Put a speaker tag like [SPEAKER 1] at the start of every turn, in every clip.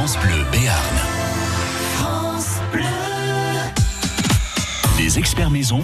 [SPEAKER 1] France Bleu Béarn.
[SPEAKER 2] France Bleu.
[SPEAKER 1] Les experts maison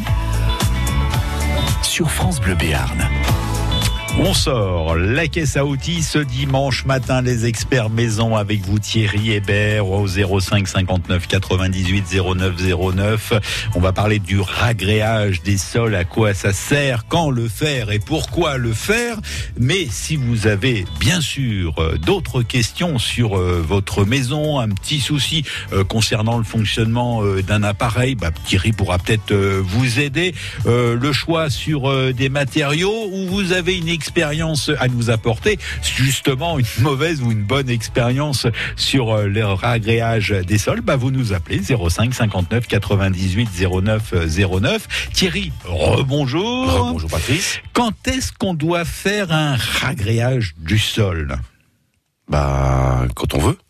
[SPEAKER 1] sur France Bleu Béarn.
[SPEAKER 3] On sort la caisse à outils ce dimanche matin, les experts maison avec vous Thierry Hébert au 05 59 98 09 09. On va parler du ragréage des sols, à quoi ça sert, quand le faire et pourquoi le faire. Mais si vous avez bien sûr d'autres questions sur votre maison, un petit souci concernant le fonctionnement d'un appareil, Thierry pourra peut-être vous aider. Le choix sur des matériaux, où vous avez une expérience à nous apporter, justement une mauvaise ou une bonne expérience sur le ragréage des sols, vous nous appelez 05 59 98 09 09. Thierry, rebonjour.
[SPEAKER 4] Rebonjour Patrice.
[SPEAKER 3] Quand est-ce qu'on doit faire un ragréage du sol ?
[SPEAKER 4] Quand on veut.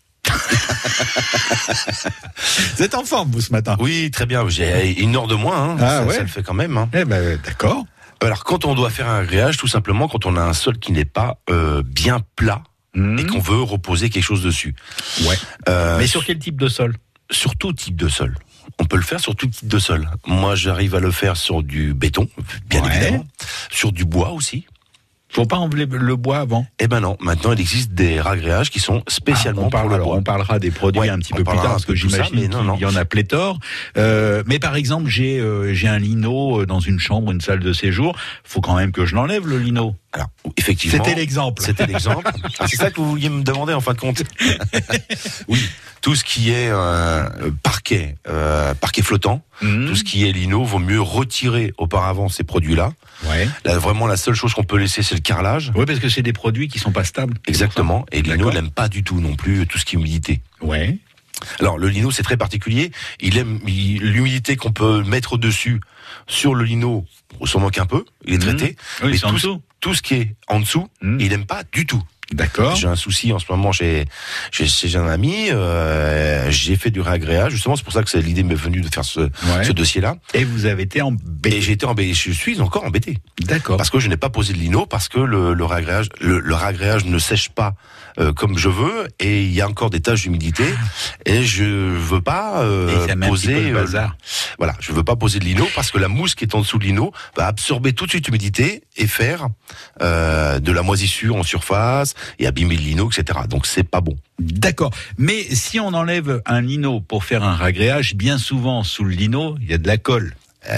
[SPEAKER 3] Vous êtes en forme, vous, ce matin ?
[SPEAKER 4] Oui, très bien. J'ai une heure de moins. Ça le fait quand même.
[SPEAKER 3] D'accord.
[SPEAKER 4] Alors, quand on doit faire un ragréage, tout simplement, quand on a un sol qui n'est pas bien plat et qu'on veut reposer quelque chose dessus.
[SPEAKER 3] Ouais. Mais sur quel type de sol ?
[SPEAKER 4] Sur tout type de sol. On peut le faire sur tout type de sol. Moi, j'arrive à le faire sur du béton, bien évidemment. Sur du bois aussi.
[SPEAKER 3] Faut pas enlever le bois avant ?
[SPEAKER 4] Eh ben non, maintenant il existe des ragréages qui sont spécialement pour le bois.
[SPEAKER 3] On parlera des produits un petit peu plus tard, parce que j'imagine qu'il y en a pléthore. Mais par exemple, j'ai un lino dans une chambre, une salle de séjour. Faut quand même que je l'enlève, le lino.
[SPEAKER 4] Alors, effectivement.
[SPEAKER 3] C'était l'exemple.
[SPEAKER 4] C'est ça que vous vouliez me demander en fin de compte. Oui, tout ce qui est parquet flottant, tout ce qui est lino, vaut mieux retirer auparavant ces produits-là.
[SPEAKER 3] Ouais.
[SPEAKER 4] Là, vraiment, la seule chose qu'on peut laisser, c'est le carrelage.
[SPEAKER 3] Oui, parce que c'est des produits qui sont pas stables.
[SPEAKER 4] Exactement. Et le lino n'aime pas du tout non plus tout ce qui est humidité.
[SPEAKER 3] Ouais.
[SPEAKER 4] Alors, le lino, c'est très particulier. Il aime l'humidité qu'on peut mettre au-dessus. Sur le lino, on s'en moque un peu. Il est traité.
[SPEAKER 3] Oui,
[SPEAKER 4] mais
[SPEAKER 3] c'est
[SPEAKER 4] tout ce qui est en dessous, il n'aime pas du tout.
[SPEAKER 3] D'accord.
[SPEAKER 4] J'ai un souci en ce moment chez un ami. J'ai fait du ragréage. Justement, c'est pour ça que l'idée m'est venue de faire ce dossier-là.
[SPEAKER 3] Et vous avez été embêté.
[SPEAKER 4] Et j'ai été embêté. Je suis encore embêté.
[SPEAKER 3] D'accord.
[SPEAKER 4] Parce que je n'ai pas posé de lino, parce que le ragréage ne sèche pas comme je veux, et il y a encore des taches d'humidité, et je veux pas poser. Voilà, je veux pas poser de lino parce que la mousse qui est en dessous de lino va absorber tout de suite l'humidité et faire de la moisissure en surface et abîmer le lino, etc. Donc c'est pas bon.
[SPEAKER 3] D'accord. Mais si on enlève un lino pour faire un ragréage, bien souvent sous le lino, il y a de la colle.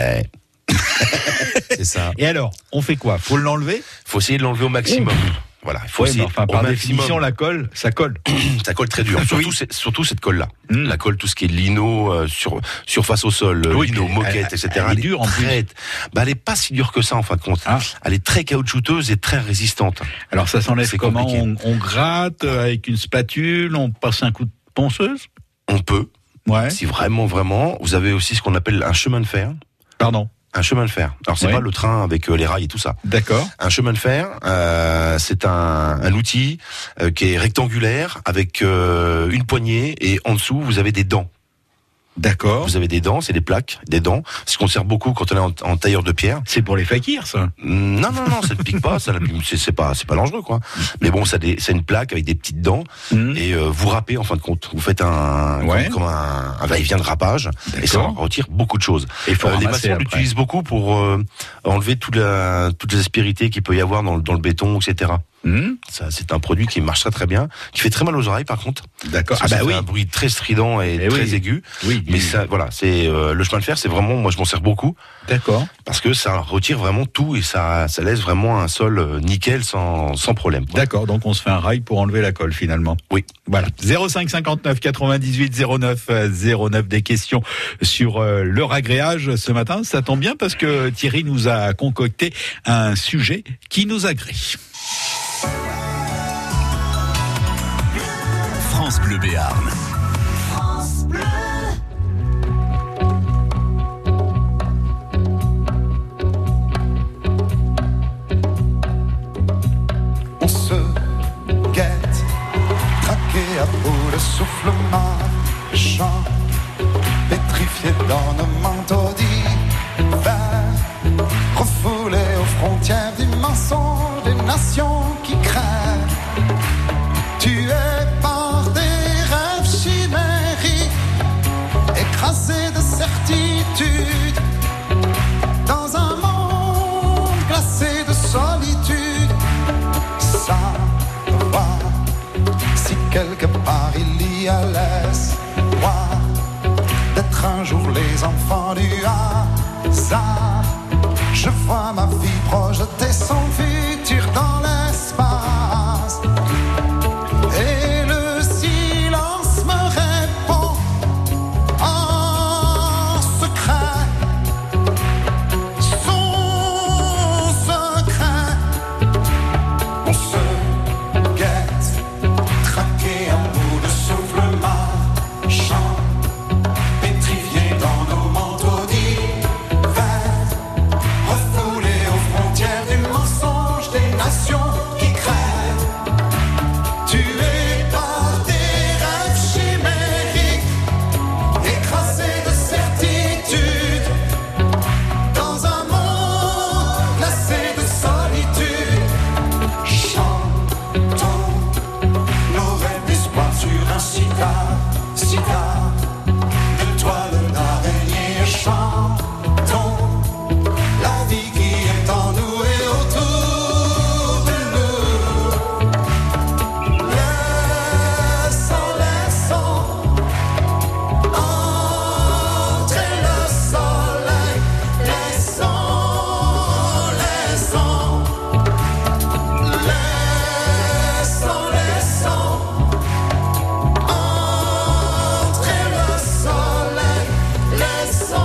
[SPEAKER 4] C'est ça.
[SPEAKER 3] Et alors, on fait quoi ? Faut l'enlever ?
[SPEAKER 4] Faut essayer de l'enlever au maximum. Voilà, il faut essayer.
[SPEAKER 3] Par définition, la colle, ça colle.
[SPEAKER 4] Ça colle très dur. Surtout cette colle-là. La colle, tout ce qui est lino, surface au sol, lino, moquette, etc.
[SPEAKER 3] Elle est dure en plus.
[SPEAKER 4] Elle est pas si dure que ça en fin de compte. Elle est très caoutchouteuse et très résistante.
[SPEAKER 3] Alors ça s'enlève comment ?
[SPEAKER 4] Compliqué.
[SPEAKER 3] On gratte avec une spatule, on passe un coup de ponceuse ?
[SPEAKER 4] On peut.
[SPEAKER 3] Ouais.
[SPEAKER 4] Si vraiment, vous avez aussi ce qu'on appelle un chemin de fer.
[SPEAKER 3] Pardon ?
[SPEAKER 4] Un chemin de fer. Alors c'est pas le train avec les rails et tout ça.
[SPEAKER 3] D'accord.
[SPEAKER 4] Un chemin de fer, c'est un outil qui est rectangulaire avec une poignée, et en dessous vous avez des dents.
[SPEAKER 3] D'accord.
[SPEAKER 4] Vous avez des dents, c'est des plaques, des dents. Ce qu'on sert beaucoup quand on est en tailleur de pierre.
[SPEAKER 3] C'est pour les fakirs, ça.
[SPEAKER 4] Non, ça ne pique pas, c'est pas dangereux, quoi. Mais bon, c'est une plaque avec des petites dents, et vous râpez en fin de compte. Vous faites comme un va-et-vient de râpage, et ça retire beaucoup de choses.
[SPEAKER 3] Et
[SPEAKER 4] les maçons l'utilisent beaucoup pour enlever toutes les aspérités qu'il peut y avoir dans le béton, etc. Ça, c'est un produit qui marche très bien, qui fait très mal aux oreilles par contre.
[SPEAKER 3] D'accord.
[SPEAKER 4] Ça fait un bruit très strident et très aigu.
[SPEAKER 3] Oui.
[SPEAKER 4] Mais ça, voilà, c'est le chemin de fer, c'est vraiment, moi je m'en sers beaucoup.
[SPEAKER 3] D'accord.
[SPEAKER 4] Parce que ça retire vraiment tout et ça laisse vraiment un sol nickel sans problème.
[SPEAKER 3] D'accord. Donc on se fait un rail pour enlever la colle finalement.
[SPEAKER 4] Oui.
[SPEAKER 3] Voilà. 05 59 98 09 09 des questions sur le ragréage ce matin. Ça tombe bien parce que Thierry nous a concocté un sujet qui nous agrée.
[SPEAKER 1] France Bleu Béarn.
[SPEAKER 2] France Bleu.
[SPEAKER 5] On se guette, traqué à bout de souffle marchand, pétrifié dans nos manteaux d'hiver, refoulé aux frontières du mensonge des nations qui crèvent, tué par des rêves part il y a l'espoir d'être un jour les enfants du hasard. Je vois ma vie projeter son futur dans l'espace. Et le silence me répond en secret. Son secret. On se guette, traqué à bout de souffle marchand, pétrifié dans nos manteaux d'hiver, refoulé aux frontières du mensonge des nations qui crèvent, tués par des rêves chimériques, écrasés de certitude, dans un monde lassé de solitude. Chantons nos rêves d'espoir sur un cigare de toile d'araignée. Chantons la vie qui est en nous et autour de nous. Laissons entrer le soleil. Laissons entrer le soleil. Laissons.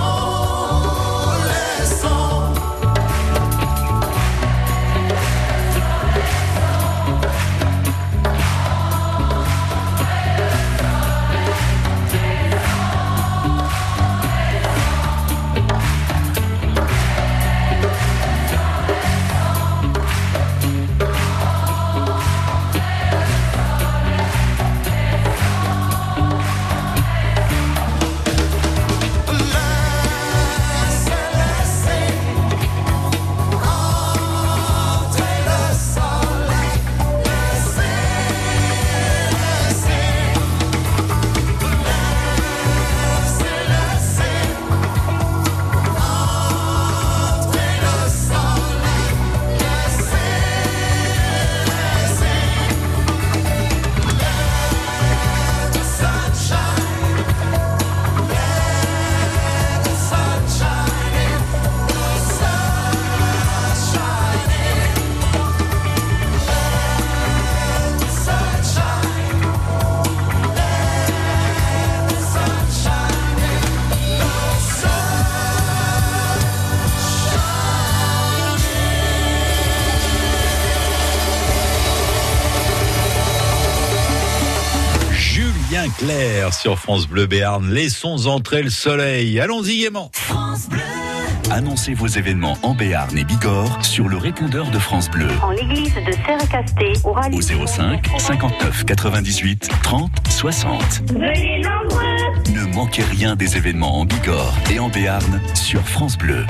[SPEAKER 3] Julien Clerc sur France Bleu Béarn. Laissons entrer le soleil. Allons-y gaiement.
[SPEAKER 2] France Bleu.
[SPEAKER 1] Annoncez vos événements en Béarn et Bigorre sur le répondeur de France Bleu.
[SPEAKER 6] En l'église de Serre-Casté, au
[SPEAKER 1] Au 05 59 98 30 60.
[SPEAKER 6] Venez nombreux.
[SPEAKER 1] Ne manquez rien des événements en Bigorre et en Béarn sur France Bleu.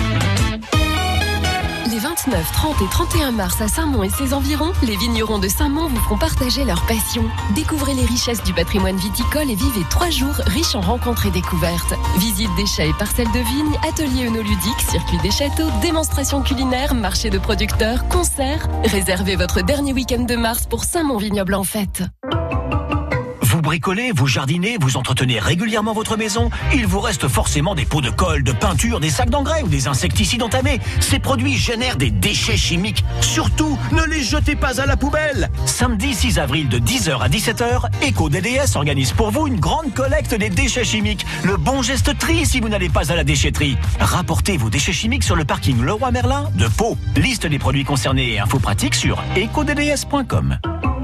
[SPEAKER 7] Les 29, 30 et 31 mars à Saint-Mont et ses environs, les vignerons de Saint-Mont vous feront partager leur passion. Découvrez les richesses du patrimoine viticole et vivez 3 jours riches en rencontres et découvertes. Visite des chais et parcelles de vignes, ateliers œnoludiques, circuit des châteaux, démonstrations culinaires, marché de producteurs, concerts. Réservez votre dernier week-end de mars pour Saint-Mont Vignoble en fête.
[SPEAKER 8] Vous bricolez, vous jardinez, vous entretenez régulièrement votre maison, il vous reste forcément des pots de colle, de peinture, des sacs d'engrais ou des insecticides entamés. Ces produits génèrent des déchets chimiques. Surtout, ne les jetez pas à la poubelle. Samedi 6 avril de 10h à 17h, EcoDDS organise pour vous une grande collecte des déchets chimiques. Le bon geste tri si vous n'allez pas à la déchetterie. Rapportez vos déchets chimiques sur le parking Leroy Merlin de Pau. Liste des produits concernés et infos pratiques sur ecodds.com.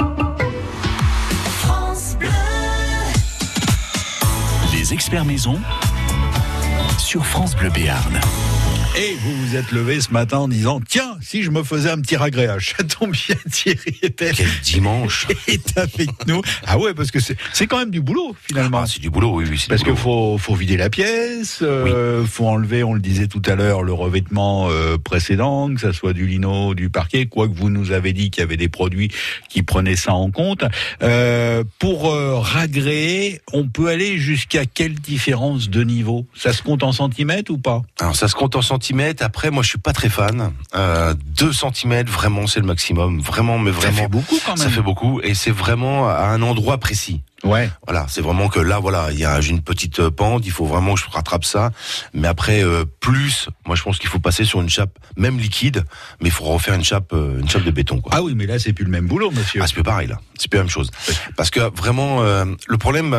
[SPEAKER 1] Les experts maison sur France Bleu Béarn.
[SPEAKER 3] Et vous vous êtes levé ce matin en disant tiens, si je me faisais un petit ragréage. Ça tombe bien, Thierry était
[SPEAKER 4] Quel dimanche
[SPEAKER 3] est avec nous. Ah ouais, parce que c'est quand même du boulot finalement.
[SPEAKER 4] Ah, c'est du boulot, oui, c'est
[SPEAKER 3] parce
[SPEAKER 4] du
[SPEAKER 3] que faut vider la pièce, faut enlever, on le disait tout à l'heure, le revêtement précédent, que ça soit du lino, du parquet, quoique vous nous avez dit qu'il y avait des produits qui prenaient ça en compte. Pour ragréer, on peut aller jusqu'à quelle différence de niveau? Ça se compte en centimètres ou pas?
[SPEAKER 4] Alors ça se compte en centimètres. Après, moi, je suis pas très fan. 2 cm, vraiment, c'est le maximum. Vraiment, mais vraiment.
[SPEAKER 3] Ça fait beaucoup quand même.
[SPEAKER 4] Ça fait beaucoup, et c'est vraiment à un endroit précis.
[SPEAKER 3] Ouais.
[SPEAKER 4] Voilà, c'est vraiment que là, voilà, j'ai une petite pente, il faut vraiment que je rattrape ça. Mais après, moi, je pense qu'il faut passer sur une chape, même liquide, mais il faut refaire une chape de béton, quoi.
[SPEAKER 3] Ah oui, mais là, c'est plus le même boulot, monsieur.
[SPEAKER 4] Ah, c'est plus pareil, là. C'est plus la même chose. Parce que vraiment, le problème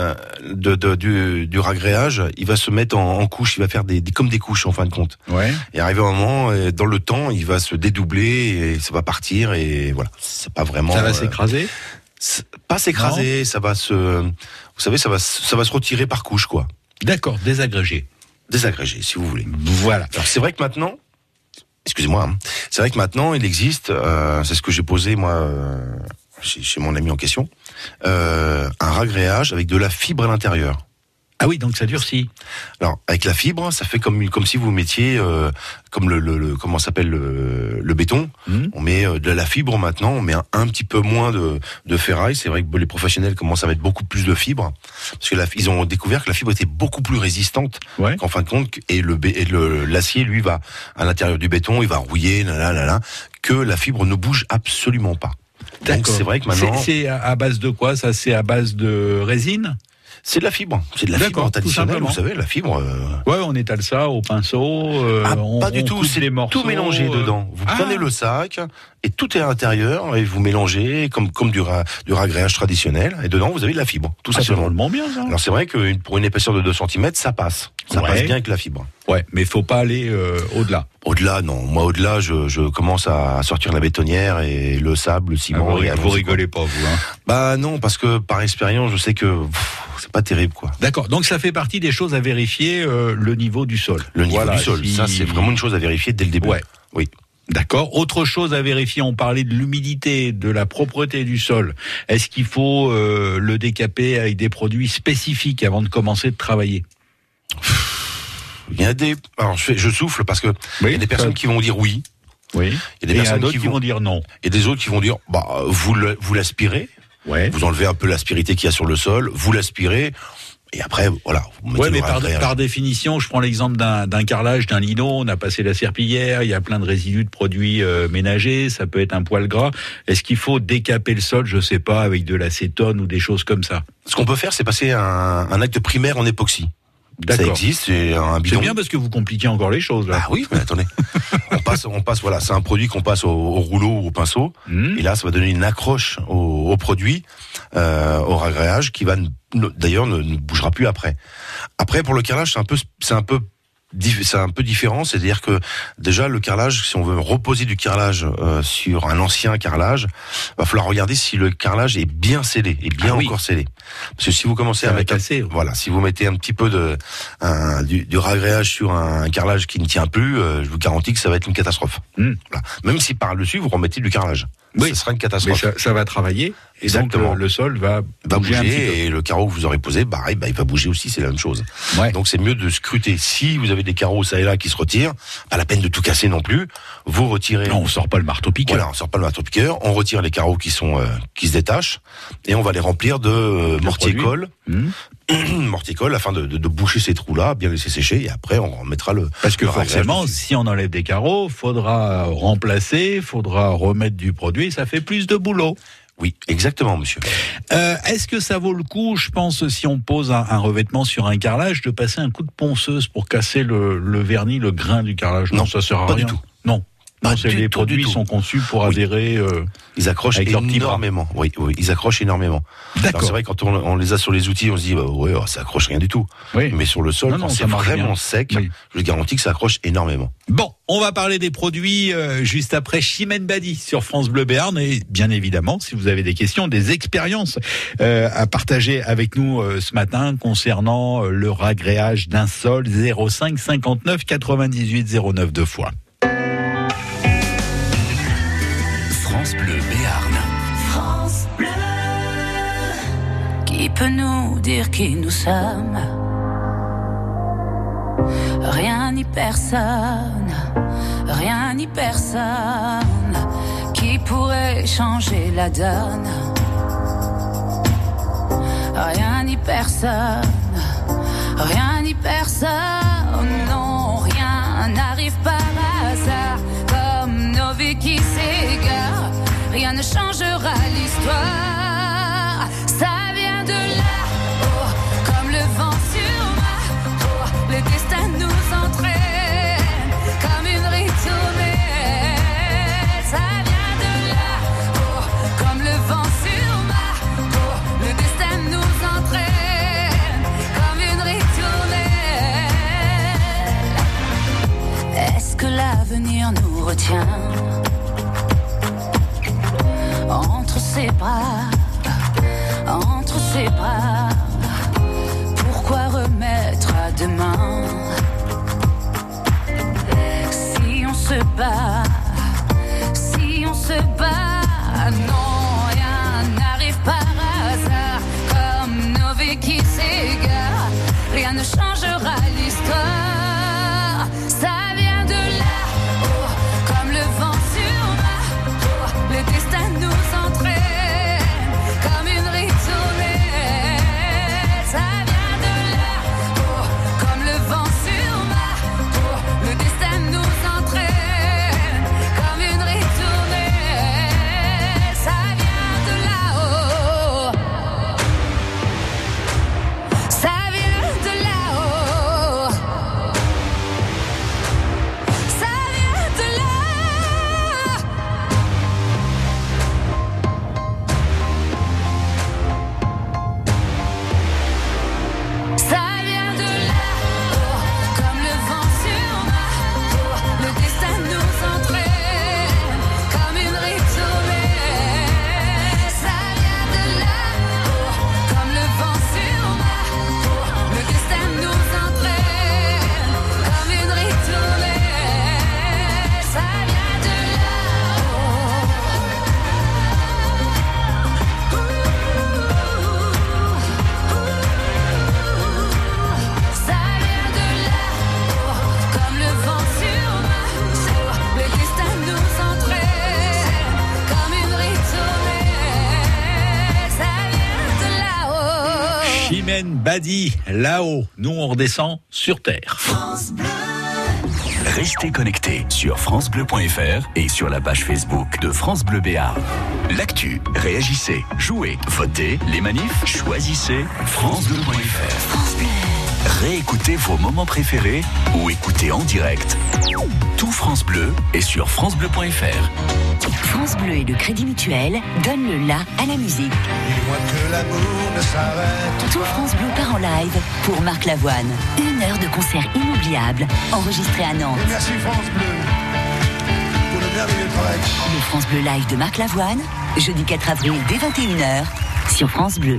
[SPEAKER 4] du ragréage, il va se mettre en couches, il va faire comme des couches, en fin de compte.
[SPEAKER 3] Ouais.
[SPEAKER 4] Et arrivé un moment, dans le temps, il va se dédoubler et ça va partir, et voilà. C'est pas vraiment.
[SPEAKER 3] Ça va s'écraser?
[SPEAKER 4] Pas s'écraser, ça va vous savez, ça va se retirer par couche, quoi.
[SPEAKER 3] D'accord, désagrégé,
[SPEAKER 4] si vous voulez.
[SPEAKER 3] Voilà.
[SPEAKER 4] Alors c'est vrai que maintenant, excusez-moi, c'est vrai que maintenant il existe, c'est ce que j'ai posé moi chez mon ami en question, un ragréage avec de la fibre à l'intérieur.
[SPEAKER 3] Ah oui, donc ça durcit.
[SPEAKER 4] Alors avec la fibre, ça fait comme si vous mettiez comme comment s'appelle le béton. On met de la fibre maintenant, on met un petit peu moins de ferraille. C'est vrai que les professionnels commencent à mettre beaucoup plus de fibres parce que ils ont découvert que la fibre était beaucoup plus résistante qu'en fin de compte, et l'acier lui va à l'intérieur du béton, il va rouiller, que la fibre ne bouge absolument pas.
[SPEAKER 3] D'accord.
[SPEAKER 4] Donc c'est vrai que maintenant
[SPEAKER 3] c'est à base de quoi ça? C'est à base de résine?
[SPEAKER 4] C'est de la fibre. C'est de la fibre traditionnelle, vous savez, la fibre.
[SPEAKER 3] Ouais, on étale ça au pinceau.
[SPEAKER 4] Pas du tout, c'est tout mélangé dedans. Vous prenez le sac et tout est à l'intérieur et vous mélangez comme du ragréage traditionnel, et dedans vous avez de la fibre, tout simplement.
[SPEAKER 3] C'est drôlement bien, ça.
[SPEAKER 4] Alors c'est vrai que pour une épaisseur de 2 cm, ça passe. Ça passe bien avec la fibre.
[SPEAKER 3] Ouais, mais faut pas aller au-delà.
[SPEAKER 4] Au-delà, non. Moi, au-delà, je commence à sortir la bétonnière et le sable, le ciment.
[SPEAKER 3] Vous rigolez pas, vous, hein?
[SPEAKER 4] Bah non, parce que par expérience, je sais que c'est pas terrible, quoi.
[SPEAKER 3] D'accord. Donc ça fait partie des choses à vérifier, le niveau du sol.
[SPEAKER 4] Le niveau du sol, ça c'est vraiment une chose à vérifier dès le début.
[SPEAKER 3] Ouais.
[SPEAKER 4] Oui.
[SPEAKER 3] D'accord. Autre chose à vérifier, on parlait de l'humidité, de la propreté du sol. Est-ce qu'il faut le décaper avec des produits spécifiques avant de commencer de travailler?
[SPEAKER 4] Il y a alors je souffle parce que il y a des personnes qui vont dire oui.
[SPEAKER 3] Oui.
[SPEAKER 4] Il y a des personnes
[SPEAKER 3] qui vont dire non.
[SPEAKER 4] Et des autres qui vont dire vous l'aspirez. Ouais. Vous enlevez un peu l'aspérité qu'il y a sur le sol, vous l'aspirez. Et après, voilà.
[SPEAKER 3] Ouais, mais par définition, je prends l'exemple d'un carrelage, d'un lino. On a passé la serpillière, il y a plein de résidus de produits ménagers. Ça peut être un poil gras. Est-ce qu'il faut décaper le sol, je sais pas, avec de l'acétone ou des choses comme ça?
[SPEAKER 4] Ce qu'on peut faire, c'est passer un acte primaire en époxy.
[SPEAKER 3] D'accord.
[SPEAKER 4] Ça existe, c'est un bidon.
[SPEAKER 3] C'est bien parce que vous compliquez encore les choses, là.
[SPEAKER 4] Ah oui, mais attendez. on passe, voilà, c'est un produit qu'on passe au rouleau ou au pinceau. Et là, ça va donner une accroche au produit, au ragréage, qui va d'ailleurs ne bougera plus après. Après, pour le carrelage, c'est un peu différent, c'est-à-dire que déjà le carrelage, si on veut reposer du carrelage sur un ancien carrelage, va falloir regarder si le carrelage est bien scellé, est bien encore scellé. Parce que si vous commencez à mettre si vous mettez un petit peu du ragréage sur un carrelage qui ne tient plus, je vous garantis que ça va être une catastrophe. Voilà. Même si par-dessus vous remettez du carrelage. Oui, ça sera une catastrophe.
[SPEAKER 3] Mais ça va travailler. Et exactement. Donc le sol va bouger
[SPEAKER 4] et le carreau que vous aurez posé, pareil, il va bouger aussi, c'est la même chose. Ouais. Donc c'est mieux de scruter. Si vous avez des carreaux ça et là qui se retirent, pas la peine de tout casser non plus. Vous retirez.
[SPEAKER 3] Non, on sort pas le marteau-piqueur.
[SPEAKER 4] Voilà, on sort pas le marteau-piqueur. On retire les carreaux qui se détachent et on va les remplir de mortier-colle. Mortier-colle afin de boucher ces trous-là, bien laisser sécher et après on remettra
[SPEAKER 3] Parce que forcément, si on enlève des carreaux, faudra remplacer, faudra remettre du produit, ça fait plus de boulot.
[SPEAKER 4] Oui, exactement, monsieur.
[SPEAKER 3] Est-ce que ça vaut le coup, je pense, si on pose un revêtement sur un carrelage, de passer un coup de ponceuse pour casser le vernis, le grain du carrelage? Non, ça sert à rien.
[SPEAKER 4] Pas du tout.
[SPEAKER 3] Non. Les produits sont conçus pour adhérer.
[SPEAKER 4] Ils accrochent énormément. Oui, ils accrochent énormément. D'accord. C'est vrai, quand on les a sur les outils, on se dit, ça accroche rien du tout. Oui. Mais sur le sol, quand c'est vraiment sec, je garantis que ça accroche énormément.
[SPEAKER 3] Bon, on va parler des produits juste après Chimène Badi sur France Bleu Béarn. Et bien évidemment, si vous avez des questions, des expériences à partager avec nous ce matin concernant le ragréage d'un sol, 05 59 98 09 deux fois.
[SPEAKER 1] France Bleu Béarn.
[SPEAKER 2] France Bleu. Qui peut nous dire qui nous sommes? Rien ni personne, rien ni personne qui pourrait changer la donne. Rien ni personne, non, rien n'arrive par hasard comme rien ne changera l'histoire. Ça vient de là-haut, comme le vent sur ma peau. Le destin nous entraîne comme une ritournelle. Ça vient de là-haut, comme le vent sur ma peau. Le destin nous entraîne comme une ritournelle. Est-ce que l'avenir nous retient entre ses bras, entre ses bras? Pourquoi remettre à demain? Si on se bat, si on se bat, non, rien n'arrive par hasard. Comme nos vies qui s'égarent, rien ne changera l'histoire. Ça vient de là-haut, comme le vent sur ma peau. Le destin nous entraîne comme une ritournelle. Ça vient de là-haut, comme le vent sur ma peau. Le destin nous entraîne comme une ritournelle. Ça vient de là-haut. Ça vient de là-haut. Ça vient de là. Ça vient de là-haut, comme le vent sur ma peau. Le destin nous entraîne comme une ritournelle. Ça vient de là-haut, comme le vent sur ma peau. Le destin nous entraîne comme une ritournelle. Ça vient de là-haut. Ça vient de là-haut, comme le vent sur ma peau. Le destin nous entraîne comme une ritournelle. Ça vient de là-haut.
[SPEAKER 3] Chimène Badi, là-haut. Nous, on redescend sur Terre.
[SPEAKER 1] Restez connectés sur francebleu.fr et sur la page Facebook de France Bleu Béarn. L'actu, réagissez, jouez, votez, les manifs, choisissez francebleu.fr. Réécoutez vos moments préférés ou écoutez en direct. Tout France Bleu est sur francebleu.fr.
[SPEAKER 9] France Bleu et le Crédit Mutuel donnent le la à la musique.
[SPEAKER 5] Dis-moi que l'amour ne s'arrête
[SPEAKER 9] Tout France Bleu part en live pour Marc Lavoine. 1 heure de concert inoubliable enregistré à Nantes.
[SPEAKER 5] Et merci France Bleu pour le merveilleux travail.
[SPEAKER 9] Le France Bleu Live de Marc Lavoine, jeudi 4 avril dès 21h sur France Bleu.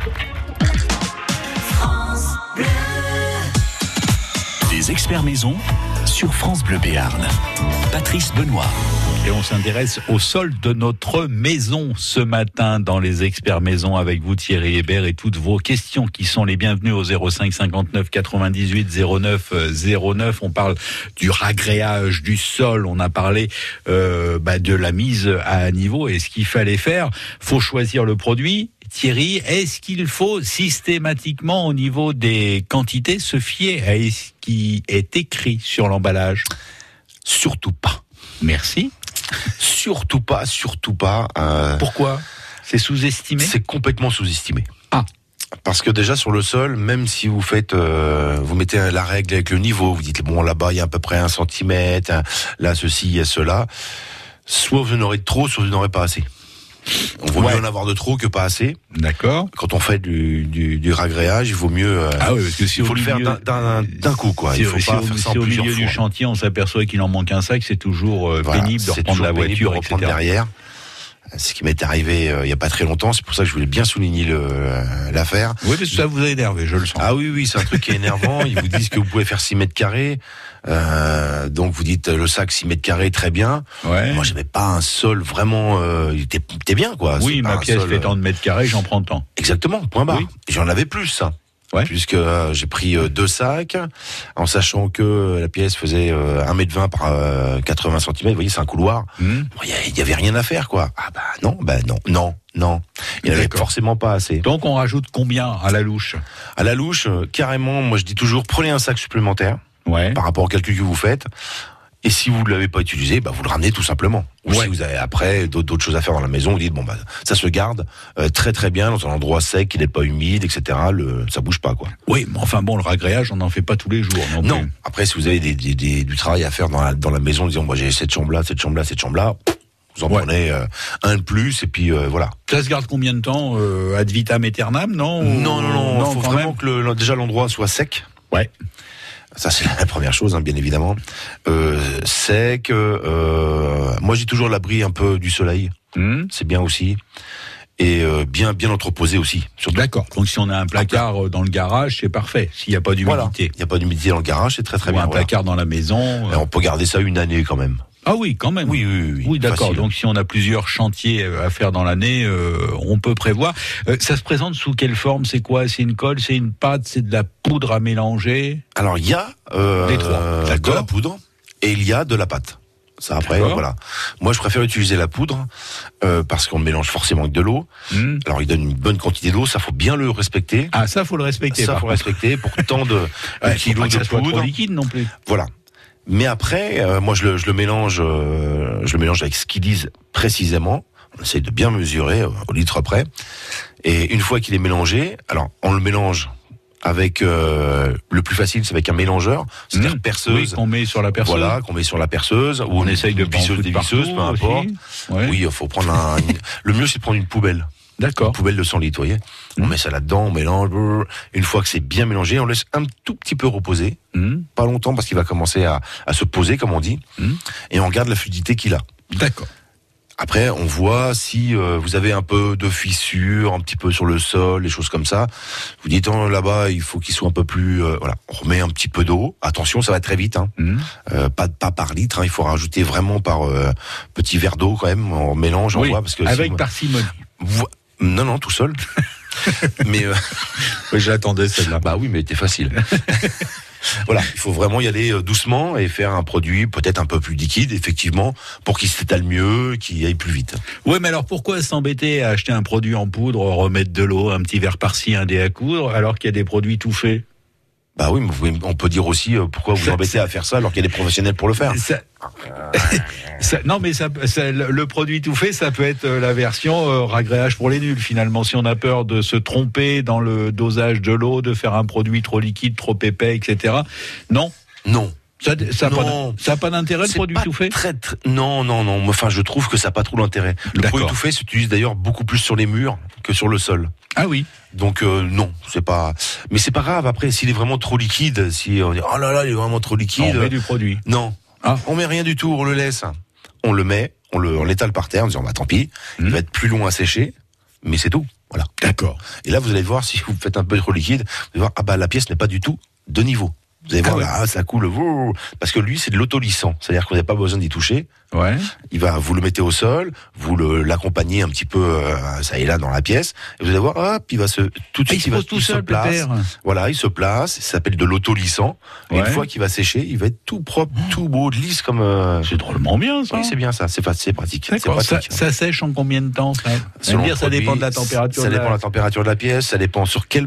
[SPEAKER 1] Des experts maison sur France Bleu Béarn. Patrice Benoît.
[SPEAKER 3] Et on s'intéresse au sol de notre maison ce matin dans les experts maison avec vous Thierry Hébert et toutes vos questions qui sont les bienvenues au 05 59 98 09 09. On parle du ragréage du sol, on a parlé de la mise à niveau et ce qu'il fallait faire. Faut choisir le produit. Thierry, est-ce qu'il faut systématiquement au niveau des quantités se fier à ce qui est écrit sur l'emballage?
[SPEAKER 4] Surtout pas.
[SPEAKER 3] Merci.
[SPEAKER 4] Surtout pas.
[SPEAKER 3] Pourquoi? C'est sous-estimé?
[SPEAKER 4] C'est complètement sous-estimé.
[SPEAKER 3] Ah.
[SPEAKER 4] Parce que déjà sur le sol, même si vous faites, vous mettez la règle avec le niveau, vous dites bon là-bas il y a à peu près 1 centimètre, là ceci, il y a cela. Soit vous en aurez trop, soit vous n'en aurez pas assez. On vaut mieux en avoir de trop que pas assez.
[SPEAKER 3] D'accord.
[SPEAKER 4] Quand on fait du ragréage, il vaut mieux.
[SPEAKER 3] Ah oui, parce que si
[SPEAKER 4] il faut le faire d'un coup, quoi. Il faut pas faire ça en plusieurs fois.
[SPEAKER 3] Si au milieu du chantier, on s'aperçoit qu'il en manque un sac, c'est toujours pénible de reprendre la voiture, etc.
[SPEAKER 4] Derrière. Ce qui m'est arrivé il y a pas très longtemps, c'est pour ça que je voulais bien souligner l'affaire.
[SPEAKER 3] Oui, parce que ça vous a énervé, je le sens.
[SPEAKER 4] Ah oui, c'est un truc qui est énervant. Ils vous disent que vous pouvez faire 6 mètres carrés. Donc vous dites le sac 6 mètres carrés, très bien.
[SPEAKER 3] Ouais.
[SPEAKER 4] Moi, j'avais pas un sol vraiment. Il était bien, quoi.
[SPEAKER 3] Oui, ma pièce fait tant de mètres carrés, j'en prends tant.
[SPEAKER 4] Exactement, point barre.
[SPEAKER 3] Oui.
[SPEAKER 4] J'en avais plus, ça.
[SPEAKER 3] Ouais.
[SPEAKER 4] Puisque j'ai pris 2 sacs, en sachant que la pièce faisait 1m20 par 80 cm. Vous voyez, c'est un couloir. Il y avait rien à faire, quoi. Ah non. Il n'y avait forcément pas assez.
[SPEAKER 3] Donc on rajoute combien à la louche?
[SPEAKER 4] À la louche, carrément, moi je dis toujours, prenez un sac supplémentaire.
[SPEAKER 3] Ouais.
[SPEAKER 4] Par rapport au calcul que vous faites. Et si vous ne l'avez pas utilisé, vous le ramenez tout simplement. Ou si vous avez après d'autres choses à faire dans la maison, vous dites ça se garde très très bien dans un endroit sec qui n'est pas humide, etc. Ça bouge pas, quoi.
[SPEAKER 3] Oui, mais enfin bon, le ragréage, on n'en fait pas tous les jours. Non.
[SPEAKER 4] Après, si vous avez du travail à faire dans la maison, disons, j'ai cette chambre-là, vous en prenez un de plus et puis voilà.
[SPEAKER 3] Ça se garde combien de temps ad vitam aeternam, non?
[SPEAKER 4] Non. Il faut vraiment que déjà l'endroit soit sec.
[SPEAKER 3] Ouais.
[SPEAKER 4] Ça, c'est la première chose, bien évidemment. Sec. Moi, j'ai toujours l'abri un peu du soleil. C'est bien aussi. Et bien entreposé aussi. Surtout.
[SPEAKER 3] D'accord. Donc, si on a un placard dans le garage, c'est parfait. S'il n'y a pas d'humidité.
[SPEAKER 4] Voilà. Il n'y a pas d'humidité dans le garage, c'est très très bien.
[SPEAKER 3] Un placard dans la maison.
[SPEAKER 4] Et on peut garder ça une année quand même.
[SPEAKER 3] Ah oui, quand même. Oui, d'accord.
[SPEAKER 4] Facile.
[SPEAKER 3] Donc si on a plusieurs chantiers à faire dans l'année, on peut prévoir. Ça se présente sous quelle forme? C'est quoi? C'est une colle? C'est une pâte? C'est de la poudre à mélanger?
[SPEAKER 4] Alors il y a de la poudre et il y a de la pâte. Ça après, voilà. Moi, je préfère utiliser la poudre parce qu'on mélange forcément avec de l'eau. Alors, il donne une bonne quantité d'eau. Ça, faut bien le respecter.
[SPEAKER 3] Ah, ça, faut le respecter.
[SPEAKER 4] Ça, faut respecter pour tant de kilos de poudre.
[SPEAKER 3] Pas trop liquide non plus.
[SPEAKER 4] Voilà. Mais après, moi, je le mélange avec ce qu'ils disent précisément. On essaye de bien mesurer au litre près. Et une fois qu'il est mélangé, alors on le mélange avec le plus facile, c'est avec un mélangeur, c'est-à-dire perceuse.
[SPEAKER 3] Oui, qu'on met sur la perceuse.
[SPEAKER 4] Voilà, qu'on met sur la perceuse. Ou
[SPEAKER 3] on essaye de
[SPEAKER 4] visseuse, dévisseuse, peu importe.
[SPEAKER 3] Ouais.
[SPEAKER 4] Oui, il faut prendre le mieux, c'est de prendre une poubelle.
[SPEAKER 3] D'accord.
[SPEAKER 4] Une poubelle de 100 litres, vous voyez. On met ça là-dedans, on mélange. Une fois que c'est bien mélangé, on laisse un tout petit peu reposer. Pas longtemps parce qu'il va commencer à se poser, comme on dit. Et on garde la fluidité qu'il a.
[SPEAKER 3] D'accord.
[SPEAKER 4] Après, on voit si vous avez un peu de fissures, un petit peu sur le sol, des choses comme ça. Vous dites, là-bas, il faut qu'il soit un peu plus... voilà, on remet un petit peu d'eau. Attention, ça va très vite. Pas par litre. Il faut rajouter vraiment par petit verre d'eau quand même. On mélange, on voit. Parce que
[SPEAKER 3] avec parcimonie.
[SPEAKER 4] Non, tout seul. Mais
[SPEAKER 3] oui, j'attendais celle-là.
[SPEAKER 4] Bah oui, mais c'était facile. Voilà, il faut vraiment y aller doucement et faire un produit peut-être un peu plus liquide, effectivement, pour qu'il s'étale mieux, qu'il aille plus vite.
[SPEAKER 3] Oui, mais alors pourquoi s'embêter à acheter un produit en poudre, remettre de l'eau, un petit verre par-ci, un dé à coudre, alors qu'il y a des produits tout faits?
[SPEAKER 4] Bah oui, mais on peut dire aussi pourquoi vous embêtez à faire ça alors qu'il y a des professionnels pour le faire.
[SPEAKER 3] Non, mais le produit tout fait, ça peut être la version ragréage pour les nuls. Finalement, si on a peur de se tromper dans le dosage de l'eau, de faire un produit trop liquide, trop épais, etc. Non. Ça n'a pas d'intérêt, le produit tout fait?
[SPEAKER 4] Non. Enfin, je trouve que ça n'a pas trop d'intérêt. Le produit tout fait s'utilise d'ailleurs beaucoup plus sur les murs que sur le sol.
[SPEAKER 3] Ah oui.
[SPEAKER 4] Donc non, c'est pas. Mais c'est pas grave. Après, s'il est vraiment trop liquide, si on dit oh là là, il est vraiment trop liquide.
[SPEAKER 3] On met du produit.
[SPEAKER 4] Non. On met rien du tout. On le laisse. On le met. On l'étale par terre en disant tant pis. Il va être plus long à sécher, mais c'est tout. Voilà.
[SPEAKER 3] D'accord.
[SPEAKER 4] Et là, vous allez voir si vous faites un peu trop liquide, vous allez voir la pièce n'est pas du tout de niveau. Vous allez voir là, ça coule, parce que lui, c'est de l'autolissant. C'est-à-dire que vous n'avez pas besoin d'y toucher.
[SPEAKER 3] Ouais.
[SPEAKER 4] Vous le mettez au sol, vous l'accompagnez un petit peu, ça et là, dans la pièce, et vous allez voir, hop, il va tout de suite, il se place. Voilà, il se place, ça s'appelle de l'autolissant. Et une fois qu'il va sécher, il va être tout propre, tout beau, lisse comme,
[SPEAKER 3] C'est drôlement bien, ça.
[SPEAKER 4] Oui, c'est bien ça, c'est pratique.
[SPEAKER 3] D'accord. Ça sèche en combien de temps, ça? Ça dépend de la température.
[SPEAKER 4] Ça dépend de la température de la pièce, ça dépend sur quel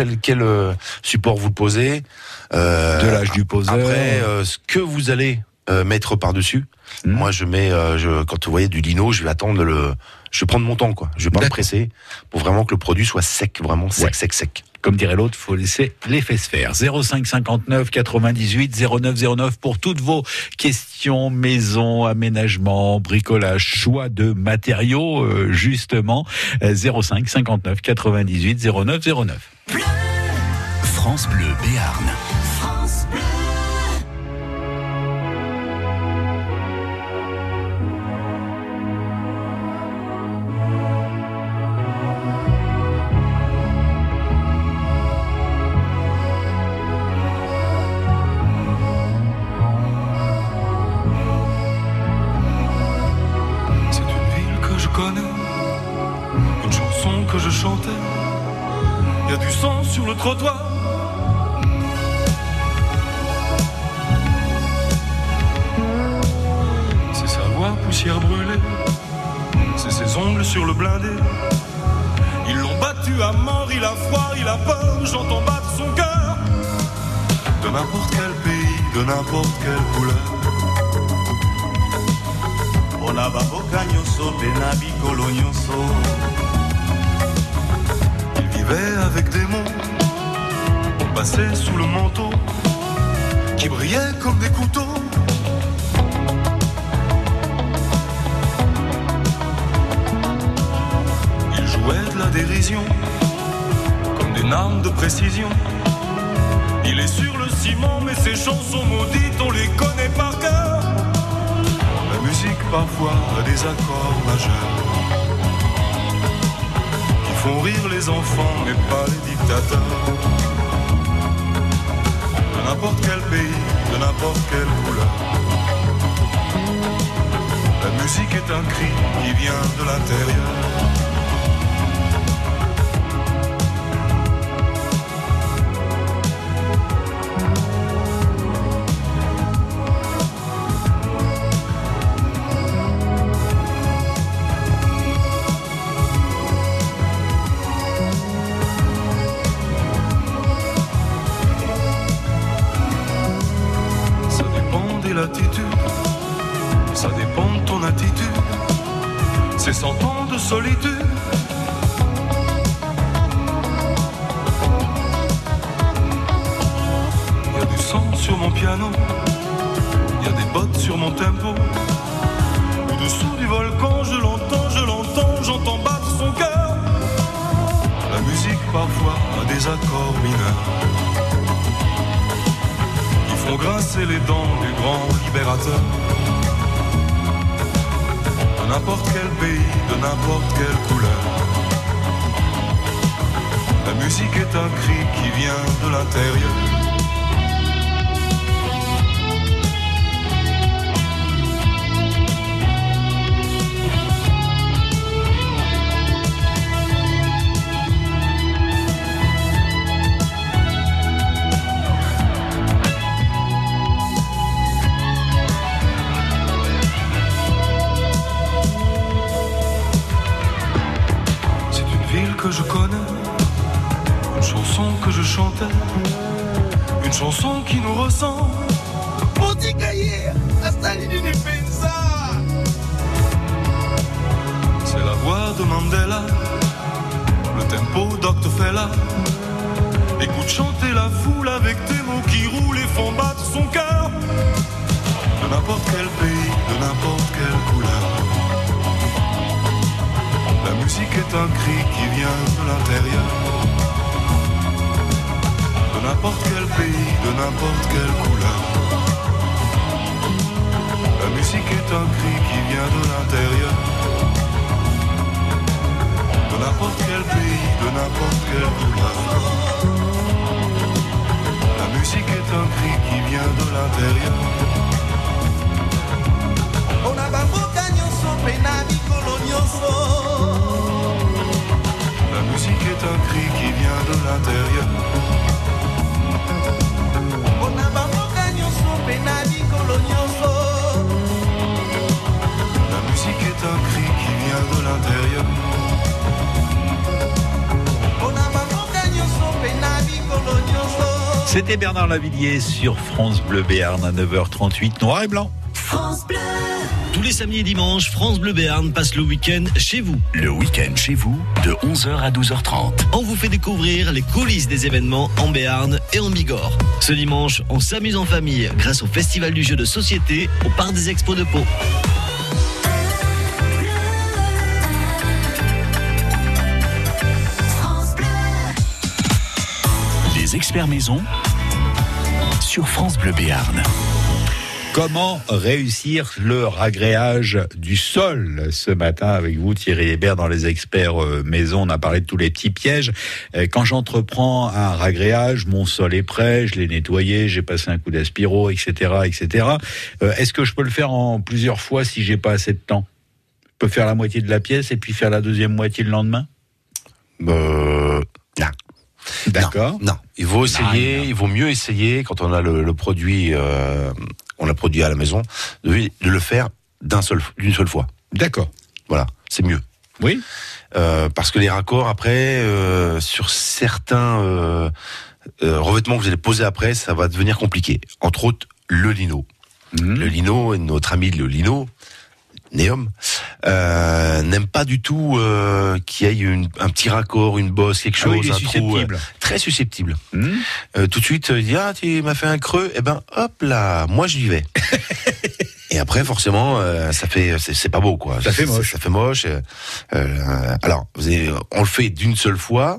[SPEAKER 4] support vous le posez.
[SPEAKER 3] De l'âge du poseur.
[SPEAKER 4] Après, ce que vous allez mettre par-dessus. Moi, je mets, quand vous voyez du lino, je vais attendre je vais prendre mon temps, quoi. Je vais pas me presser pour vraiment que le produit soit sec, vraiment sec.
[SPEAKER 3] Comme dirait l'autre, faut laisser les fesses faire. 05 59 98 09 09 pour toutes vos questions maison, aménagement, bricolage, choix de matériaux, justement. 05 59 98 09 09.
[SPEAKER 1] France Bleu Béarn. France Bleu.
[SPEAKER 10] C'est une ville que je connais, une chanson que je chantais. Il y a du sang sur le trottoir. C'est sa voix poussière brûlée, c'est ses ongles sur le blindé. Ils l'ont battu à mort, il a froid, il a peur, j'entends battre son cœur. De n'importe quel pays, de n'importe quelle couleur. Mpona baboka nyonso pe na bikolo nyonso. Il vivait avec des mots passés sous le manteau qui brillaient comme des couteaux. Il jouait de la dérision comme des armes de précision. Il est sur le ciment mais ses chansons maudites on les connaît par cœur. La musique parfois a des accords majeurs qui font rire les enfants mais pas les dictateurs. De n'importe quel pays, de n'importe quelle couleur. La musique est un cri qui vient de l'intérieur. Ça dépend de ton attitude. C'est 100 ans de solitude. Il y a du sang sur mon piano. Il y a des bottes sur mon tempo. Au-dessous du volcan, je l'entends, j'entends battre son cœur. La musique parfois a des accords mineurs font grincer les dents du grand libérateur. De n'importe quel pays, de n'importe quelle couleur. La musique est un cri qui vient de l'intérieur. Que je connais, une chanson que je chantais, une chanson qui nous ressemble. C'est la voix de Mandela, le tempo Dr. Fella. Écoute chanter la foule avec des mots qui roulent et font battre son cœur. De n'importe quel pays, de n'importe quelle couleur. La musique est un cri qui vient de l'intérieur. De n'importe quel pays, de n'importe quelle couleur. La musique est un cri qui vient de l'intérieur. De n'importe quel pays, de n'importe quelle couleur. La musique est un cri qui vient de l'intérieur. La musique est un cri qui vient de l'intérieur. La musique est un cri qui vient de l'intérieur.
[SPEAKER 3] C'était Bernard Lavilliers sur France Bleu Béarn à 9h38, noir et blanc.
[SPEAKER 11] France Bleu. Tous les samedis et dimanches, France Bleu Béarn passe le week-end chez vous.
[SPEAKER 1] Le week-end chez vous, de 11h à 12h30.
[SPEAKER 11] On vous fait découvrir les coulisses des événements en Béarn et en Bigorre. Ce dimanche, on s'amuse en famille grâce au Festival du jeu de société au Parc des Expos de Pau.
[SPEAKER 1] Les experts maison sur France Bleu Béarn.
[SPEAKER 3] Comment réussir le ragréage du sol ce matin avec vous, Thierry Hébert, dans les experts maison. On a parlé de tous les petits pièges. Quand j'entreprends un ragréage, mon sol est prêt, je l'ai nettoyé, j'ai passé un coup d'aspiro, etc., etc. Est-ce que je peux le faire en plusieurs fois si j'ai pas assez de temps? Je peux faire la moitié de la pièce et puis faire la deuxième moitié le lendemain?
[SPEAKER 4] Non.
[SPEAKER 3] D'accord.
[SPEAKER 4] Non. Il vaut essayer, il vaut mieux essayer quand on a le produit, on l'a produit à la maison, de le faire d'une seule fois.
[SPEAKER 3] D'accord.
[SPEAKER 4] Voilà, c'est mieux.
[SPEAKER 3] Oui.
[SPEAKER 4] Parce que les raccords après, sur certains revêtements que vous allez poser après, ça va devenir compliqué. Entre autres, le lino. Le lino, notre ami le lino, Néum, n'aime pas du tout qu'il y ait un petit raccord, une bosse, quelque chose,
[SPEAKER 3] il est
[SPEAKER 4] un trou, très susceptible. Tout de suite, il dit tu m'as fait un creux, eh ben hop là, moi j'y vais. Et après, forcément, c'est pas beau, quoi.
[SPEAKER 3] Ça fait moche.
[SPEAKER 4] Ça fait moche. Alors, on le fait d'une seule fois.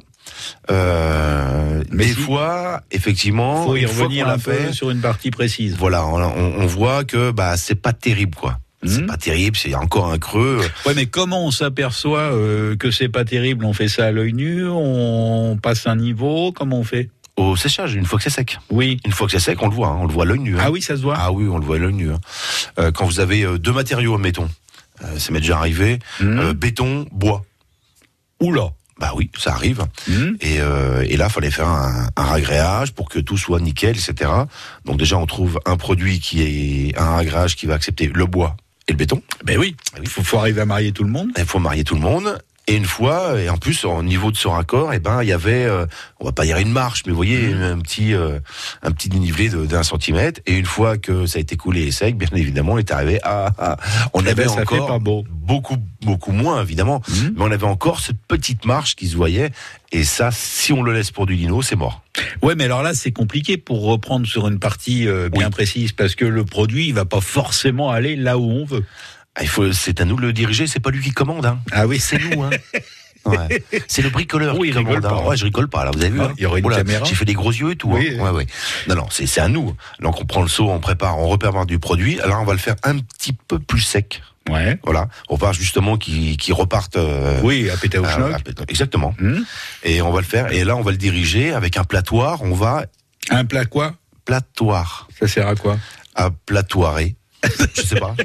[SPEAKER 4] Des fois, effectivement,
[SPEAKER 3] faut y revenir un peu sur une partie précise.
[SPEAKER 4] Voilà, on voit que c'est pas terrible, quoi. C'est pas terrible, c'est encore un creux.
[SPEAKER 3] Ouais, mais comment on s'aperçoit que c'est pas terrible? On fait ça à l'œil nu, on passe un niveau, comment on fait?
[SPEAKER 4] Au séchage, une fois que c'est sec.
[SPEAKER 3] Oui.
[SPEAKER 4] Une fois que c'est sec, on le voit, on le voit à l'œil nu.
[SPEAKER 3] Ah oui, ça se voit.
[SPEAKER 4] Ah oui, on le voit à l'œil nu. Quand vous avez deux matériaux, admettons, ça m'est déjà arrivé, béton, bois.
[SPEAKER 3] Oula.
[SPEAKER 4] Bah oui, ça arrive. Et là, fallait faire un ragréage pour que tout soit nickel, etc. Donc déjà, on trouve un produit qui est un ragréage qui va accepter le bois et le béton.
[SPEAKER 3] Ben oui. Il faut arriver à marier tout le monde.
[SPEAKER 4] Il faut marier tout le monde. Et une fois, et en plus, au niveau de ce raccord, il y avait, on va pas dire une marche, mais vous voyez, un petit dénivelé d'1 centimètre. Et une fois que ça a été coulé et sec, bien évidemment, on est arrivé on avait encore beaucoup moins, évidemment, mais on avait encore cette petite marche qui se voyait. Et ça, si on le laisse pour du lino, c'est mort.
[SPEAKER 3] Ouais, mais alors là, c'est compliqué pour reprendre sur une partie bien précise, parce que le produit, il va pas forcément aller là où on veut.
[SPEAKER 4] C'est à nous de le diriger, c'est pas lui qui commande. Hein.
[SPEAKER 3] Ah oui,
[SPEAKER 4] c'est nous. Hein. Ouais. C'est le bricoleur qui commande. Ouais, je rigole pas. Là, vous avez vu.
[SPEAKER 3] Il y aurait une caméra.
[SPEAKER 4] J'ai fait des gros yeux et tout.
[SPEAKER 3] Oui.
[SPEAKER 4] Hein. Ouais. Non, c'est à nous. Donc on prend le seau, on repère du produit. Alors on va le faire un petit peu plus sec.
[SPEAKER 3] Ouais.
[SPEAKER 4] Voilà. On va justement qui repartent.
[SPEAKER 3] À péter au schnock.
[SPEAKER 4] Exactement. Et on va le faire. Et là, on va le diriger avec un platoir.
[SPEAKER 3] Un plat quoi?
[SPEAKER 4] Platoir.
[SPEAKER 3] Ça sert à quoi?
[SPEAKER 4] À platoirer. Je sais pas.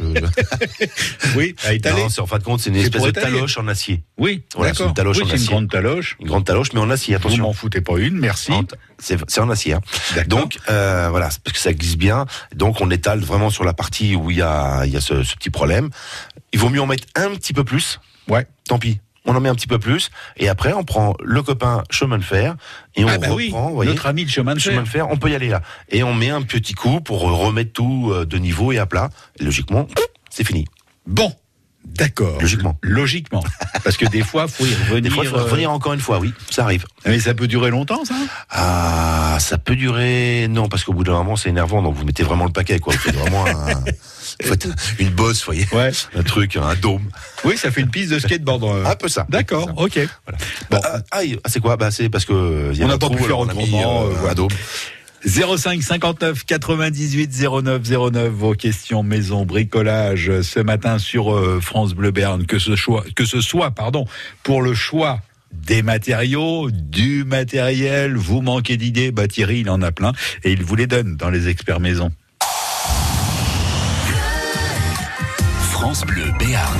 [SPEAKER 3] Oui, à étaler.
[SPEAKER 4] Non, en fin de compte, c'est une espèce de taloche en acier.
[SPEAKER 3] Oui,
[SPEAKER 4] voilà,
[SPEAKER 3] d'accord.
[SPEAKER 4] C'est une taloche en acier.
[SPEAKER 3] Une grande taloche.
[SPEAKER 4] Une grande taloche, mais en acier, attention.
[SPEAKER 3] Vous m'en foutez pas une, merci.
[SPEAKER 4] Non, c'est en acier. Hein. Donc, voilà, parce que ça glisse bien. Donc, on étale vraiment sur la partie où il y a ce petit problème. Il vaut mieux en mettre un petit peu plus.
[SPEAKER 3] Ouais.
[SPEAKER 4] Tant pis. On en met un petit peu plus, et après on prend le copain chemin de fer et on reprend, vous voyez,
[SPEAKER 3] notre ami de chemin de fer.
[SPEAKER 4] On peut y aller là, et on met un petit coup pour remettre tout de niveau et à plat. Et logiquement, c'est fini.
[SPEAKER 3] Bon, d'accord. Logiquement, parce que des fois, faut y revenir.
[SPEAKER 4] Des fois, il faut revenir encore une fois. Oui, ça arrive.
[SPEAKER 3] Mais ça peut durer longtemps, ça?
[SPEAKER 4] Ah, ça peut durer. Non, parce qu'au bout d'un moment, c'est énervant. Donc vous mettez vraiment le paquet, quoi. Vous faites vraiment une bosse, vous voyez.
[SPEAKER 3] Ouais.
[SPEAKER 4] Un truc, un dôme.
[SPEAKER 3] Oui, ça fait une piste de skateboard.
[SPEAKER 4] Un peu ça.
[SPEAKER 3] D'accord, ok.
[SPEAKER 4] Voilà. Bon. C'est quoi? C'est parce que
[SPEAKER 3] on n'a pas pu faire autrement.
[SPEAKER 4] Un dôme.
[SPEAKER 3] 05 59 98 09 09, vos questions maison bricolage ce matin sur France Bleu Béarn, que ce soit pour le choix des matériaux, du matériel, vous manquez d'idées, Thierry il en a plein et il vous les donne dans les experts maison.
[SPEAKER 1] France Bleu Béarn.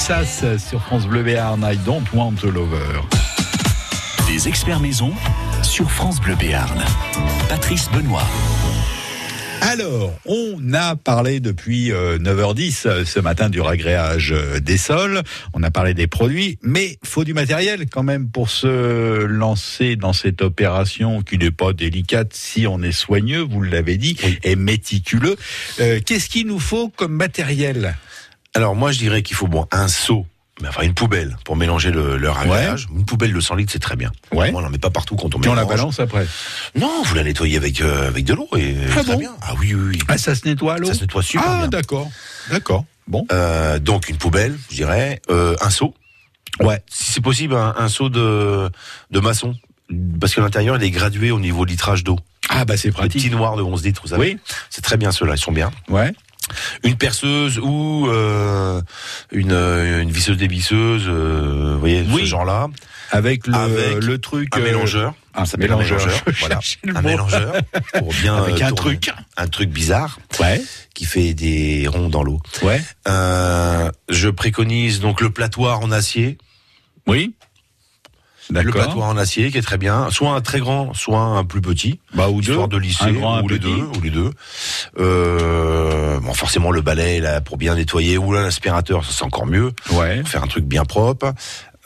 [SPEAKER 3] Texas sur France Bleu Béarn. I don't want a lover.
[SPEAKER 1] Des experts maison sur France Bleu Béarn. Patrice Benoît.
[SPEAKER 3] Alors, on a parlé depuis 9h10 ce matin du ragréage des sols, on a parlé des produits, mais faut du matériel quand même pour se lancer dans cette opération qui n'est pas délicate si on est soigneux, vous l'avez dit, et méticuleux. Qu'est-ce qu'il nous faut comme matériel ?
[SPEAKER 4] Alors moi je dirais qu'il faut un seau. Mais enfin une poubelle pour mélanger le ragréage. Une poubelle de 100 litres c'est très bien.
[SPEAKER 3] Ouais.
[SPEAKER 4] On n'en met pas partout quand on
[SPEAKER 3] mélange.
[SPEAKER 4] Et
[SPEAKER 3] on la balance après.
[SPEAKER 4] Non, vous la nettoyez avec de l'eau et très bien. Ah oui.
[SPEAKER 3] Ah ça se nettoie à l'eau.
[SPEAKER 4] Ça se nettoie super bien.
[SPEAKER 3] Ah d'accord. Bon.
[SPEAKER 4] Donc une poubelle, je dirais, un seau.
[SPEAKER 3] Ouais.
[SPEAKER 4] Si c'est possible un seau de maçon, parce que l'intérieur il est gradué au niveau litrage d'eau.
[SPEAKER 3] Ah bah c'est pratique.
[SPEAKER 4] Les petits noirs de 11 litres, vous savez.
[SPEAKER 3] Oui.
[SPEAKER 4] C'est très bien ceux-là, ils sont bien.
[SPEAKER 3] Ouais.
[SPEAKER 4] Une perceuse ou une visseuse dévisseuse, vous voyez, ce genre-là.
[SPEAKER 3] Avec le truc...
[SPEAKER 4] Un mélangeur.
[SPEAKER 3] Ça s'appelle un mélangeur.
[SPEAKER 4] Voilà. Un mélangeur. Pour bien
[SPEAKER 3] avec un truc.
[SPEAKER 4] Un truc bizarre.
[SPEAKER 3] Ouais.
[SPEAKER 4] Qui fait des ronds dans l'eau.
[SPEAKER 3] Ouais.
[SPEAKER 4] Je préconise donc le platoir en acier.
[SPEAKER 3] Oui. D'accord.
[SPEAKER 4] Le platoir en acier qui est très bien, soit un très grand, soit un plus petit,
[SPEAKER 3] ou
[SPEAKER 4] histoire
[SPEAKER 3] deux,
[SPEAKER 4] de lisser, ou les deux. Forcément le balai là pour bien nettoyer, ou l'aspirateur, ça c'est encore mieux.
[SPEAKER 3] Ouais.
[SPEAKER 4] Pour faire un truc bien propre.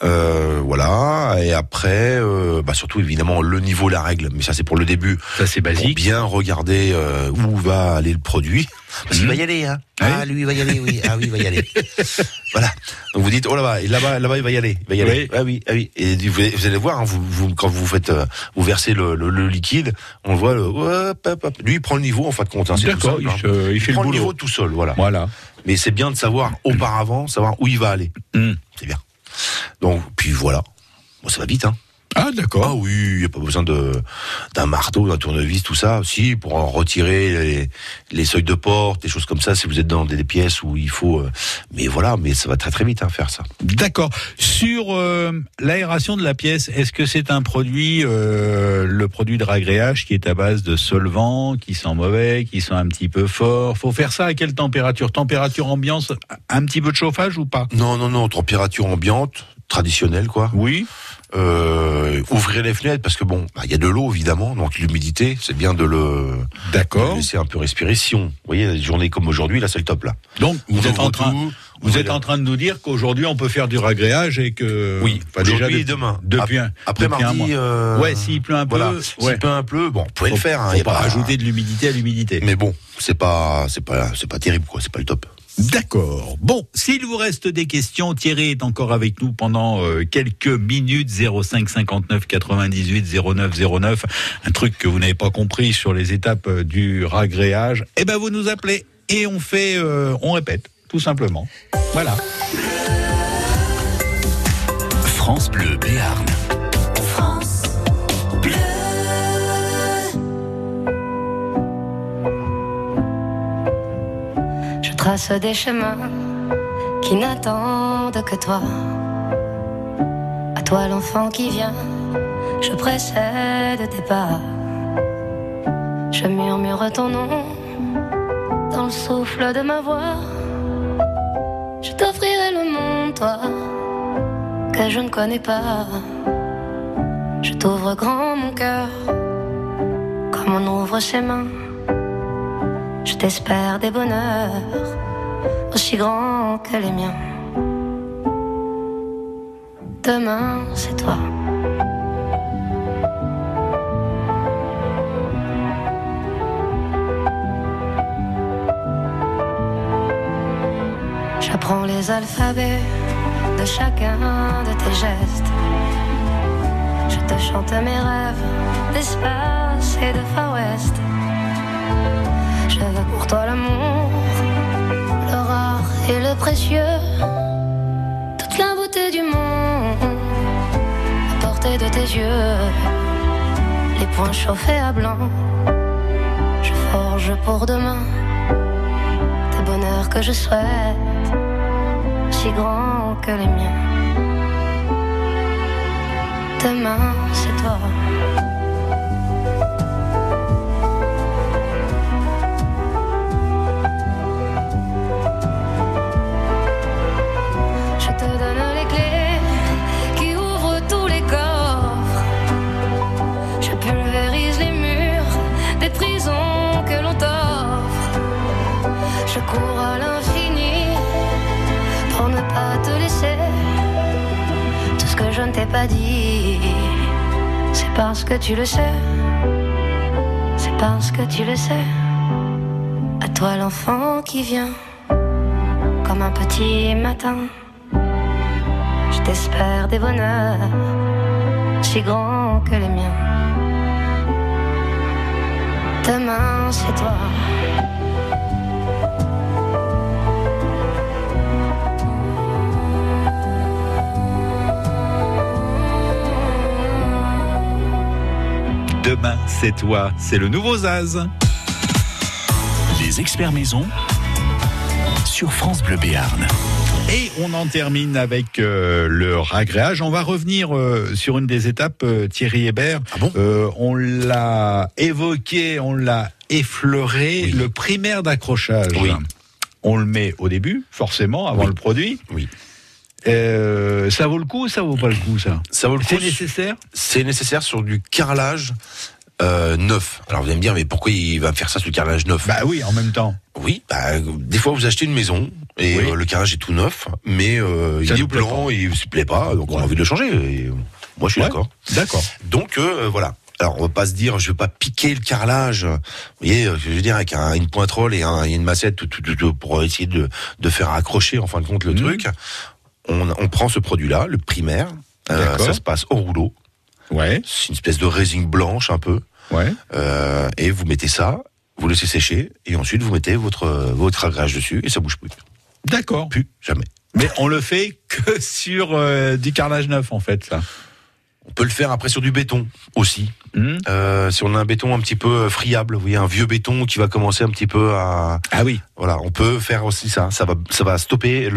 [SPEAKER 4] Voilà. Et après, surtout évidemment le niveau, la règle, mais ça c'est pour le début.
[SPEAKER 3] Ça c'est basique.
[SPEAKER 4] Pour bien regarder où va aller le produit. Parce qu'il va y aller, hein.
[SPEAKER 3] Oui.
[SPEAKER 4] Ah, lui, il va y aller, oui. Ah oui, il va y aller. Voilà. Donc vous dites, oh là-bas, il va y aller.
[SPEAKER 3] Oui.
[SPEAKER 4] Ah oui. Et vous allez voir, hein, vous quand vous faites, vous versez le liquide, on le voit, hop. Lui, il prend le niveau, en fin de compte, hein, c'est
[SPEAKER 3] d'accord,
[SPEAKER 4] tout seul,
[SPEAKER 3] il fait
[SPEAKER 4] prend
[SPEAKER 3] le
[SPEAKER 4] le niveau
[SPEAKER 3] boulot.
[SPEAKER 4] tout seul, voilà. Mais c'est bien de savoir, auparavant, savoir où il va aller. C'est bien. Donc, puis voilà. Bon, ça va vite, hein.
[SPEAKER 3] Ah, d'accord.
[SPEAKER 4] Ah oui, il n'y a pas besoin d'un marteau, d'un tournevis, tout ça. Si, pour en retirer les seuils de porte, des choses comme ça, si vous êtes dans des pièces où il faut... mais voilà, mais ça va très très vite, faire ça.
[SPEAKER 3] D'accord. Sur l'aération de la pièce, est-ce que c'est un produit, le produit de ragréage qui est à base de solvants, qui sent mauvais, qui sent un petit peu fort? Faut faire ça à quelle température? Température ambiante, un petit peu de chauffage ou pas?
[SPEAKER 4] Non, température ambiante, traditionnelle, quoi.
[SPEAKER 3] Oui.
[SPEAKER 4] Ouvrez les fenêtres parce que il y a de l'eau évidemment, donc l'humidité, c'est bien de le laisser un peu respirer. Si vous voyez, des journées comme aujourd'hui, là c'est le top là.
[SPEAKER 3] Donc vous êtes en train de nous dire qu'aujourd'hui on peut faire du ragréage et que
[SPEAKER 4] aujourd'hui et demain. Après mardi,
[SPEAKER 3] s'il pleut un peu,
[SPEAKER 4] s'il pleut un peu, vous pouvez le faire.
[SPEAKER 3] Faut pas rajouter de l'humidité à l'humidité.
[SPEAKER 4] Mais bon, c'est pas terrible quoi, c'est pas le top.
[SPEAKER 3] D'accord. Bon, s'il vous reste des questions, Thierry est encore avec nous pendant quelques minutes. 05 59 98 09 09. Un truc que vous n'avez pas compris sur les étapes du ragréage. Vous nous appelez et on répète, tout simplement. Voilà.
[SPEAKER 1] France Bleu Béarn.
[SPEAKER 2] France Bleu. Trace des chemins qui n'attendent que toi. À toi l'enfant qui vient, je précède tes pas. Je murmure ton nom dans le souffle de ma voix. Je t'offrirai le monde, toi, que je ne connais pas. Je t'ouvre grand mon cœur, comme on ouvre ses mains. Je t'espère des bonheurs aussi grands que les miens. Demain, c'est toi. J'apprends les alphabets de chacun de tes gestes. Je te chante mes rêves d'espace et de Far West. Je veux pour toi l'amour, le rare et le précieux, toute la beauté du monde à portée de tes yeux. Les poings chauffés à blanc, je forge pour demain des bonheurs que je souhaite, si grands que les miens. Demain, c'est toi. Je t'ai pas dit, c'est parce que tu le sais, c'est parce que tu le sais. À toi l'enfant qui vient, comme un petit matin. Je t'espère des bonheurs si grands que les miens. Demain c'est toi.
[SPEAKER 3] Demain c'est toi, c'est le nouveau Zaz.
[SPEAKER 1] Les experts maison sur France Bleu Béarn.
[SPEAKER 3] Et on en termine avec le ragréage. On va revenir sur une des étapes, Thierry Hébert.
[SPEAKER 4] Ah bon
[SPEAKER 3] on l'a évoqué, on l'a effleuré, oui. Le primaire d'accrochage. Oui. On le met au début, forcément, avant le produit.
[SPEAKER 4] Oui.
[SPEAKER 3] Ça vaut le coup ou ça vaut pas le coup, ça ?
[SPEAKER 4] Ça vaut le coup.
[SPEAKER 3] C'est nécessaire ?
[SPEAKER 4] C'est nécessaire sur du carrelage neuf. Alors vous allez me dire, mais pourquoi il va faire ça sur du carrelage neuf ?
[SPEAKER 3] Bah oui, en même temps.
[SPEAKER 4] Oui, des fois vous achetez une maison et le carrelage est tout neuf, mais il est blanc et il ne se plaît pas, donc on a envie de le changer. Et moi je suis d'accord.
[SPEAKER 3] D'accord.
[SPEAKER 4] Donc voilà. Alors on va pas se dire, je vais pas piquer le carrelage. Vous voyez, je veux dire, avec une pointerole et une massette pour essayer de faire accrocher en fin de compte le truc. On prend ce produit-là, le primaire. Ça se passe au rouleau.
[SPEAKER 3] Ouais.
[SPEAKER 4] C'est une espèce de résine blanche un peu.
[SPEAKER 3] Ouais.
[SPEAKER 4] Et vous mettez ça, vous laissez sécher, et ensuite vous mettez votre agréage dessus, et ça bouge plus.
[SPEAKER 3] D'accord.
[SPEAKER 4] Plus, jamais.
[SPEAKER 3] Mais on le fait que sur du carrelage neuf, en fait, ça.
[SPEAKER 4] On peut le faire après sur du béton aussi. Si on a un béton un petit peu friable, vous voyez, un vieux béton qui va commencer un petit peu à...
[SPEAKER 3] Ah oui.
[SPEAKER 4] Voilà, on peut faire aussi ça. Ça va stopper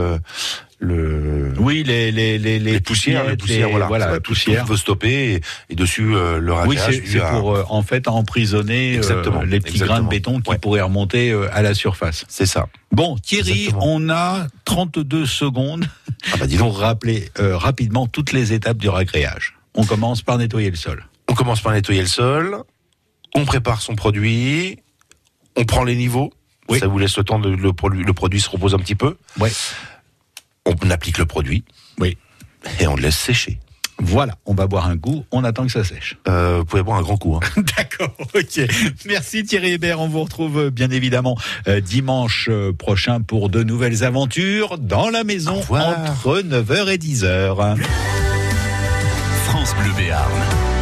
[SPEAKER 3] oui, les poussières,
[SPEAKER 4] voilà, la poussière veut stopper et dessus le ragréage.
[SPEAKER 3] Oui, c'est pour en fait emprisonner les petits grains de béton qui pourraient remonter à la surface.
[SPEAKER 4] C'est ça.
[SPEAKER 3] Bon, Thierry, on a 32 secondes pour rappeler rapidement toutes les étapes du ragréage. On commence par nettoyer le sol.
[SPEAKER 4] On commence par nettoyer le sol. On prépare son produit. On prend les niveaux. Oui. Ça vous laisse le temps le produit se repose un petit peu.
[SPEAKER 3] Oui.
[SPEAKER 4] On applique le produit.
[SPEAKER 3] Oui.
[SPEAKER 4] Et on le laisse sécher.
[SPEAKER 3] Voilà, on va boire un coup, on attend que ça sèche.
[SPEAKER 4] Vous pouvez boire un grand coup. Hein.
[SPEAKER 3] D'accord, ok. Merci Thierry Hébert, on vous retrouve bien évidemment dimanche prochain pour de nouvelles aventures dans la maison entre 9h et 10h.
[SPEAKER 1] France Bleu Béarn.